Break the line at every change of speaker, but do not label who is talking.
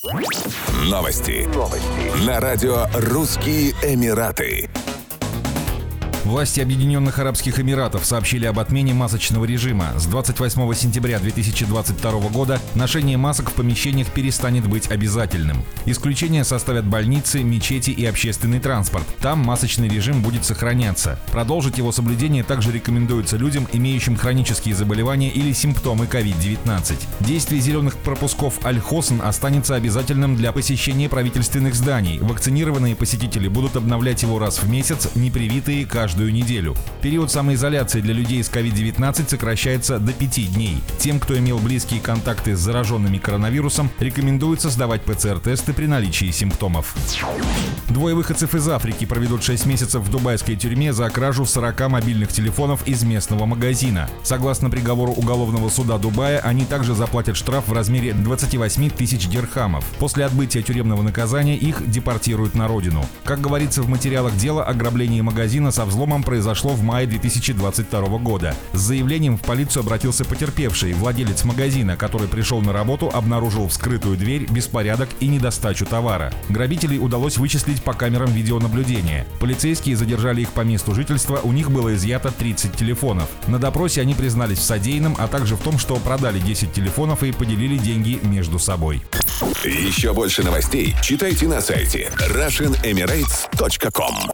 Новости. На радио «Русские Эмираты».
Власти Объединенных Арабских Эмиратов сообщили об отмене масочного режима. С 28 сентября 2022 года ношение масок в помещениях перестанет быть обязательным. Исключения составят больницы, мечети и общественный транспорт. Там масочный режим будет сохраняться. Продолжить его соблюдение также рекомендуется людям, имеющим хронические заболевания или симптомы COVID-19. Действие зеленых пропусков Аль-Хосн останется обязательным для посещения правительственных зданий. Вакцинированные посетители будут обновлять его раз в месяц, непривитые каждую неделю. Период самоизоляции для людей с COVID-19 сокращается до 5 дней. Тем, кто имел близкие контакты с зараженными коронавирусом, рекомендуется сдавать ПЦР-тесты при наличии симптомов. Двое выходцев из Африки проведут 6 месяцев в дубайской тюрьме за кражу 40 мобильных телефонов из местного магазина. Согласно приговору Уголовного суда Дубая, они также заплатят штраф в размере 28 тысяч дирхамов. После отбытия тюремного наказания их депортируют на родину. Как говорится в материалах дела, ограбление магазина со взломом произошло в мае 2022 года. С заявлением в полицию обратился потерпевший, владелец магазина, который пришел на работу, обнаружил вскрытую дверь, беспорядок и недостачу товара. Грабителей удалось вычислить по камерам видеонаблюдения. Полицейские задержали их по месту жительства, у них было изъято 30 телефонов. На допросе они признались в содеянном, а также в том, что продали 10 телефонов и поделили деньги между собой.
Еще больше новостей читайте на сайте RussianEmirates.com.